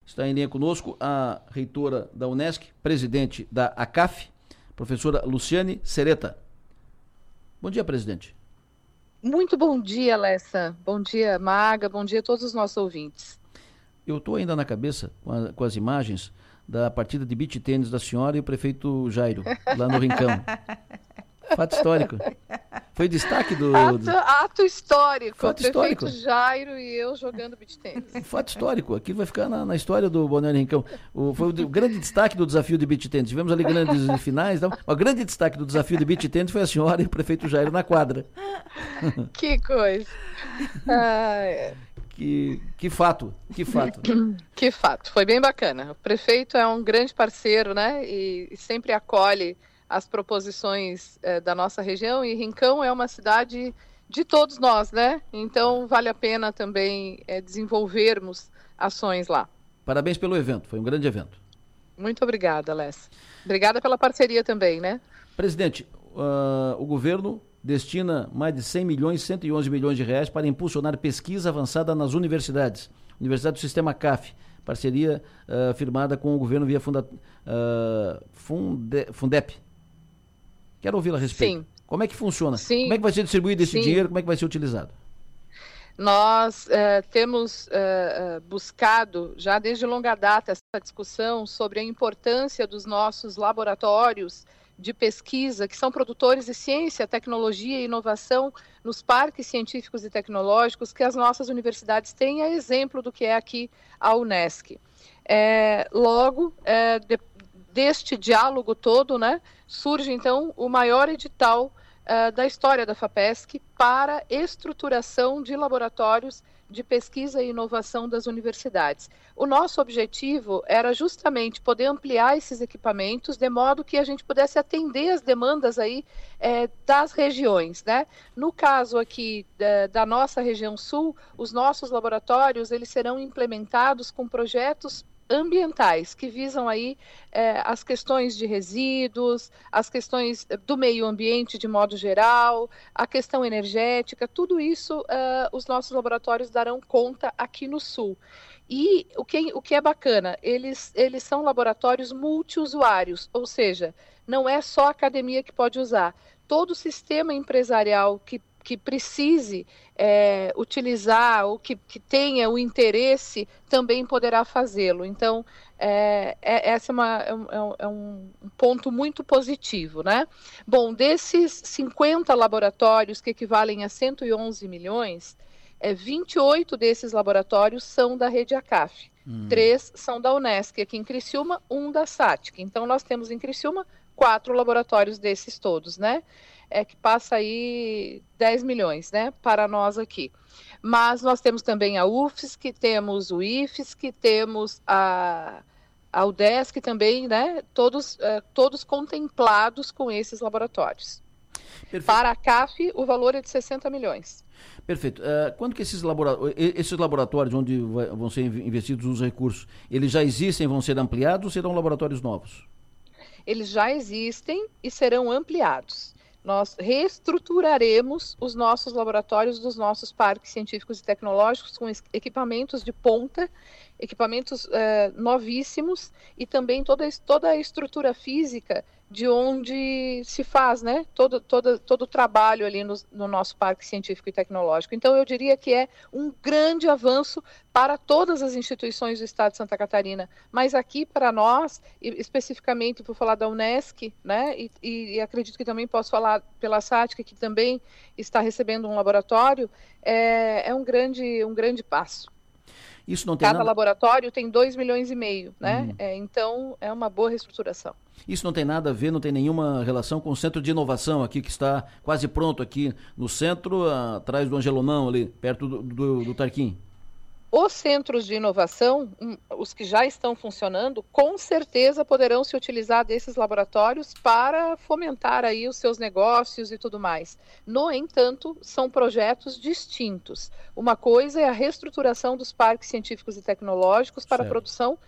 Está em linha conosco a reitora da Unesc, presidente da ACAF, professora Luciane Sereta. Bom dia, presidente. Muito bom dia, Lessa. Bom dia, Maga. Bom dia a todos os nossos ouvintes. Eu estou ainda na cabeça com as imagens da partida de beach tênis da senhora e o prefeito Jairo, lá no Rincão. Fato histórico. Foi destaque do... Ato histórico. Fato o prefeito histórico. Jairo e eu jogando beach tênis. Fato histórico. Aquilo vai ficar na história do Balneário Rincão. Foi o grande destaque do desafio de beach tênis. Tivemos ali grandes finais. Então, o grande destaque do desafio de beach tênis foi a senhora e o prefeito Jairo na quadra. Que coisa. Que fato. Que fato. Foi bem bacana. O prefeito é um grande parceiro, né? E sempre acolhe as proposições da nossa região, e Rincão é uma cidade de todos nós, né? Então vale a pena também desenvolvermos ações lá. Parabéns pelo evento, foi um grande evento. Muito obrigada, Alessa. Obrigada pela parceria também, né? Presidente, o governo destina mais de 100 milhões, 111 milhões de reais para impulsionar pesquisa avançada nas universidades. Universidade do Sistema CAF, parceria firmada com o governo via Fundep. Quero ouvi-la a respeito. Sim. Como é que funciona? Sim. Como é que vai ser distribuído esse dinheiro? Como é que vai ser utilizado? Nós temos buscado, já desde longa data, essa discussão sobre a importância dos nossos laboratórios de pesquisa, que são produtores de ciência, tecnologia e inovação nos parques científicos e tecnológicos que as nossas universidades têm, a exemplo do que é aqui a Unesc. Deste diálogo todo, né, surge então o maior edital da história da FAPESC para estruturação de laboratórios de pesquisa e inovação das universidades. O nosso objetivo era justamente poder ampliar esses equipamentos de modo que a gente pudesse atender as demandas aí das regiões, né? No caso aqui da nossa região sul, os nossos laboratórios eles serão implementados com projetos ambientais, que visam aí as questões de resíduos, as questões do meio ambiente de modo geral, a questão energética, tudo isso os nossos laboratórios darão conta aqui no Sul. E o que é bacana, eles são laboratórios multiusuários, ou seja, não é só a academia que pode usar, todo o sistema empresarial que precise utilizar ou que tenha o interesse também poderá fazê-lo. Então, esse é um ponto muito positivo, né? Bom, desses 50 laboratórios que equivalem a 111 milhões, 28 desses laboratórios são da rede ACAF, 3 são da Unesc aqui em Criciúma, 1 da SATIC. Então, nós temos em Criciúma 4 laboratórios desses todos, né? Que passa aí 10 milhões, né, para nós aqui. Mas nós temos também a UFSC, temos o IFSC, temos a UDESC também, né, todos contemplados com esses laboratórios. Perfeito. Para a CAF, o valor é de 60 milhões. Perfeito. Quando que esses laboratórios onde vão ser investidos os recursos, eles já existem, vão ser ampliados ou serão laboratórios novos? Eles já existem e serão ampliados. Nós reestruturaremos os nossos laboratórios dos nossos parques científicos e tecnológicos com equipamentos de ponta, equipamentos novíssimos e também toda a estrutura física de onde se faz, né, todo o trabalho ali no nosso parque científico e tecnológico. Então, eu diria que é um grande avanço para todas as instituições do Estado de Santa Catarina, mas aqui para nós, especificamente por falar da Unesc, né, e acredito que também posso falar pela SATIC, que também está recebendo um laboratório, é um grande passo. Isso não tem Cada laboratório tem 2,5 milhões, né? Então, é uma boa reestruturação. Isso não tem nada a ver, não tem nenhuma relação com o Centro de Inovação aqui, que está quase pronto aqui no centro, atrás do Angelonão, ali, perto do Tarquim? Os centros de inovação, os que já estão funcionando, com certeza poderão se utilizar desses laboratórios para fomentar aí os seus negócios e tudo mais. No entanto, são projetos distintos. Uma coisa é a reestruturação dos parques científicos e tecnológicos para a produção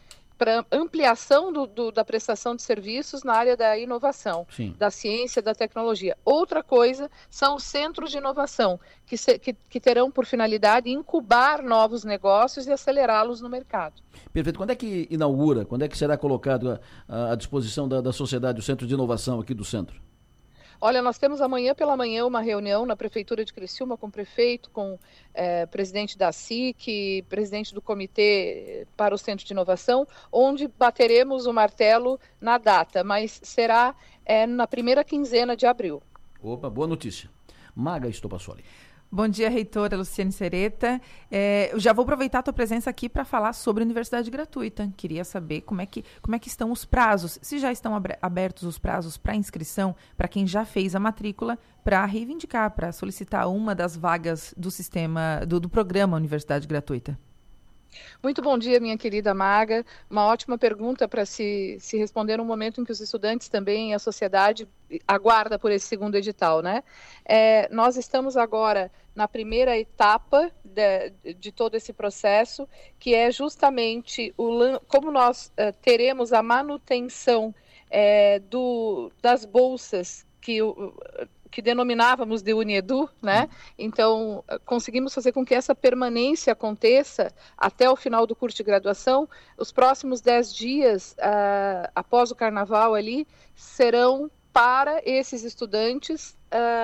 para ampliação da prestação de serviços na área da inovação, Sim. da ciência, da tecnologia. Outra coisa são os centros de inovação, que terão por finalidade incubar novos negócios e acelerá-los no mercado. Perfeito. Quando é que inaugura, quando é que será colocado à disposição da sociedade o centro de inovação aqui do centro? Olha, nós temos amanhã pela manhã uma reunião na Prefeitura de Criciúma com o prefeito, com o presidente da SIC, presidente do Comitê para o Centro de Inovação, onde bateremos o martelo na data, mas será na primeira quinzena de abril. Opa, boa notícia. Maga Estopassoli. Bom dia, reitora Luciane Sereta. Eu já vou aproveitar a tua presença aqui para falar sobre a universidade gratuita. Queria saber como é que estão os prazos, se já estão abertos os prazos para inscrição para quem já fez a matrícula, para reivindicar, para solicitar uma das vagas do sistema, do programa Universidade Gratuita. Muito bom dia, minha querida Maga. Uma ótima pergunta para se responder no momento em que os estudantes também e a sociedade aguarda por esse segundo edital, né? Nós estamos agora na primeira etapa de todo esse processo, que é justamente como nós teremos a manutenção das bolsas que denominávamos de Uniedu, né? Então, conseguimos fazer com que essa permanência aconteça até o final do curso de graduação. Os próximos 10 dias, após o carnaval ali, serão para esses estudantes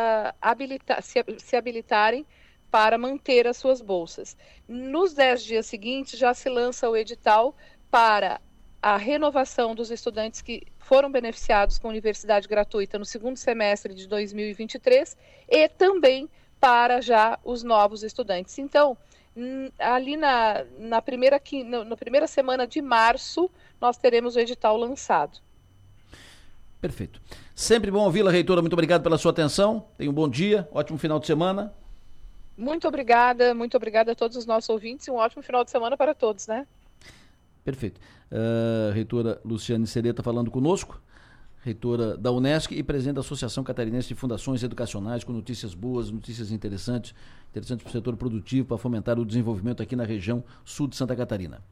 se habilitarem para manter as suas bolsas. Nos 10 dias seguintes, já se lança o edital para a renovação dos estudantes que foram beneficiados com universidade gratuita no segundo semestre de 2023 e também para já os novos estudantes. Então, ali na primeira semana de março, nós teremos o edital lançado. Perfeito. Sempre bom ouvi-la, reitora. Muito obrigado pela sua atenção. Tenha um bom dia, ótimo final de semana. Muito obrigada a todos os nossos ouvintes e um ótimo final de semana para todos, né? Perfeito. Reitora Luciane Sereta falando conosco, reitora da Unesc e presidente da Associação Catarinense de Fundações Educacionais, com notícias boas, notícias interessantes para o setor produtivo, para fomentar o desenvolvimento aqui na região sul de Santa Catarina.